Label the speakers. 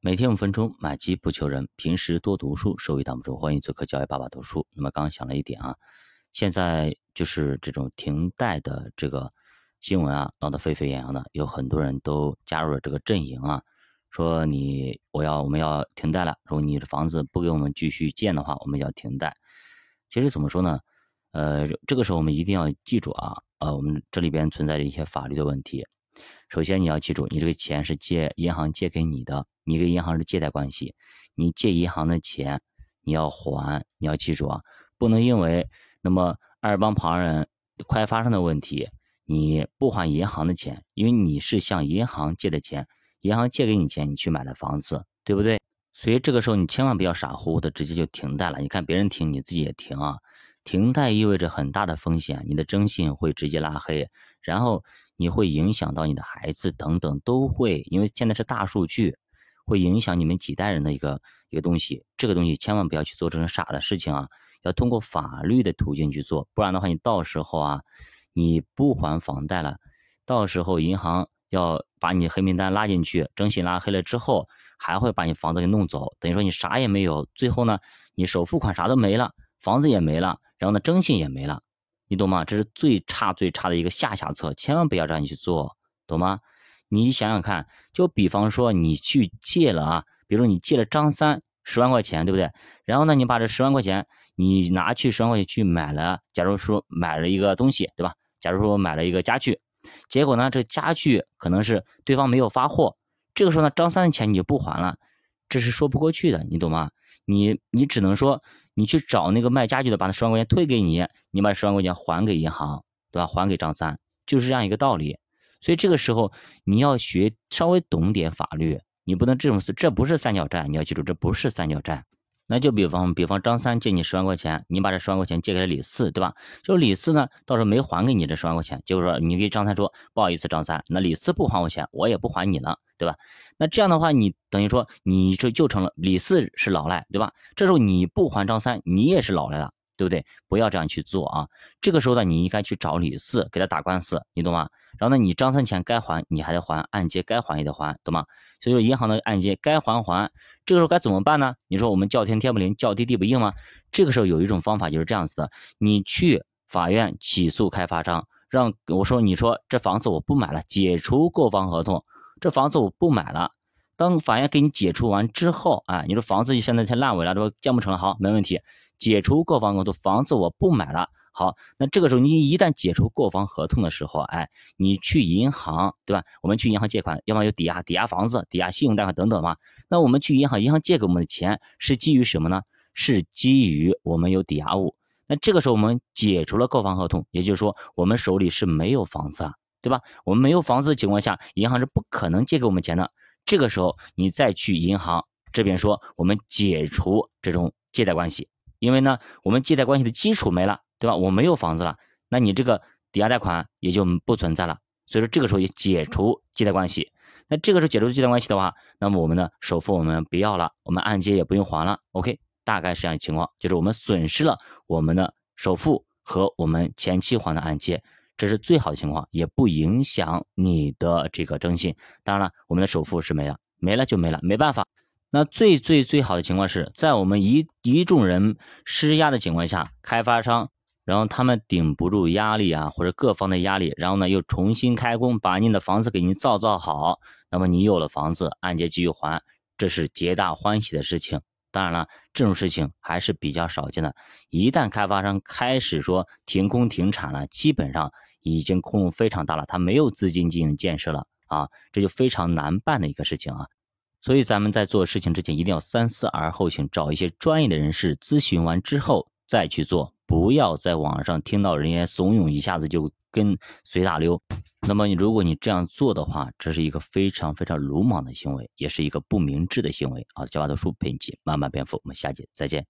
Speaker 1: 每天5分钟，买基不求人。平时多读书，收益挡不住。欢迎做客教育爸爸读书。那么刚刚想了一点啊，现在就是这种停贷的这个新闻啊，闹得沸沸扬扬的，有很多人都加入了这个阵营啊，说我们要停贷了，如果你的房子不给我们继续建的话，我们要停贷。其实怎么说呢？这个时候我们一定要记住啊，我们这里边存在着一些法律的问题。首先你要记住，你这个钱是银行借给你的，你跟银行是借贷关系，你借银行的钱你要还，你要记住啊，不能因为那么二帮旁人快发生的问题，你不还银行的钱，因为你是向银行借的钱，银行借给你钱，你去买了房子，对不对？所以这个时候你千万不要傻乎乎的直接就停贷了，你看别人停，你自己也停啊。停贷意味着很大的风险，你的征信会直接拉黑，然后你会影响到你的孩子等等都会，因为现在是大数据，会影响你们几代人的一个东西。这个东西千万不要去做这种傻的事情啊，要通过法律的途径去做，不然的话你到时候啊，你不还房贷了，到时候银行要把你黑名单拉进去，征信拉黑了之后，还会把你房子给弄走，等于说你啥也没有，最后呢，你首付款啥都没了，房子也没了，然后呢，征信也没了，你懂吗？这是最差最差的一个下策，千万不要这样去做，懂吗？你想想看，就比方说你去借了啊，比如说你借了张三10万块钱，对不对？然后呢，你把这10万块钱，你拿去10万块钱去买了，假如说买了一个东西，对吧？假如说买了一个家具，结果呢，这家具可能是对方没有发货，这个时候呢，张三的钱你就不还了，这是说不过去的，你懂吗？你只能说你去找那个卖家具的，把那10万块钱退给你，你把10万块钱还给银行，对吧？还给张三，就是这样一个道理。所以这个时候你要稍微懂点法律，你不能这种事，这不是三角债，你要记住，这不是三角债。那就比方张三借你10万块钱，你把这10万块钱借给了李四，对吧？就李四呢，到时候没还给你这10万块钱，结果说你给张三说不好意思，张三，那李四不还我钱，我也不还你了，对吧？那这样的话，你等于说你这就成了李四是老赖，对吧？这时候你不还张三，你也是老赖了，对不对？不要这样去做啊！这个时候呢，你应该去找李四给他打官司，你懂吗？然后呢，你张三钱该还你还得还，按揭该还也得还，懂吗？所以说银行的按揭该还，这个时候该怎么办呢？你说我们叫天天不灵，叫地地不应吗？这个时候有一种方法就是这样子的，你去法院起诉开发商，你说这房子我不买了，解除购房合同，这房子我不买了。当法院给你解除完之后，你说房子现在太烂尾了，这建不成了，好，没问题，解除购房合同，房子我不买了。好，那这个时候你一旦解除购房合同的时候，你去银行，对吧？我们去银行借款，要么有抵押房子、抵押信用贷款等等嘛。那我们去银行借给我们的钱是基于什么呢？是基于我们有抵押物。那这个时候我们解除了购房合同，也就是说我们手里是没有房子啊，对吧？我们没有房子的情况下，银行是不可能借给我们钱的。这个时候你再去银行这边说我们解除这种借贷关系，因为呢我们借贷关系的基础没了，对吧？我没有房子了，那你这个抵押贷款也就不存在了，所以说这个时候也解除借贷关系。那这个时候解除借贷关系的话，那么我们的首付我们不要了，我们按揭也不用还了 ，OK， 大概是这样的情况，就是我们损失了我们的首付和我们前期还的按揭，这是最好的情况，也不影响你的这个征信。当然了，我们的首付是没了，没了就没了，没办法。那最好的情况是在我们一众人施压的情况下，开发商然后他们顶不住压力啊，或者各方的压力，然后呢又重新开工，把你的房子给你造好，那么你有了房子，按揭继续还，这是皆大欢喜的事情。当然了，这种事情还是比较少见的。一旦开发商开始说停工停产了，基本上已经空间非常大了，他没有资金进行建设了啊，这就非常难办的一个事情啊。所以咱们在做事情之前一定要三思而后行，找一些专业的人士咨询完之后再去做，不要在网上听到人家怂恿一下子就跟随大流。那么如果你这样做的话，这是一个非常非常鲁莽的行为，也是一个不明智的行为。好，教娃读书陪你一起慢慢变富，我们下节再见。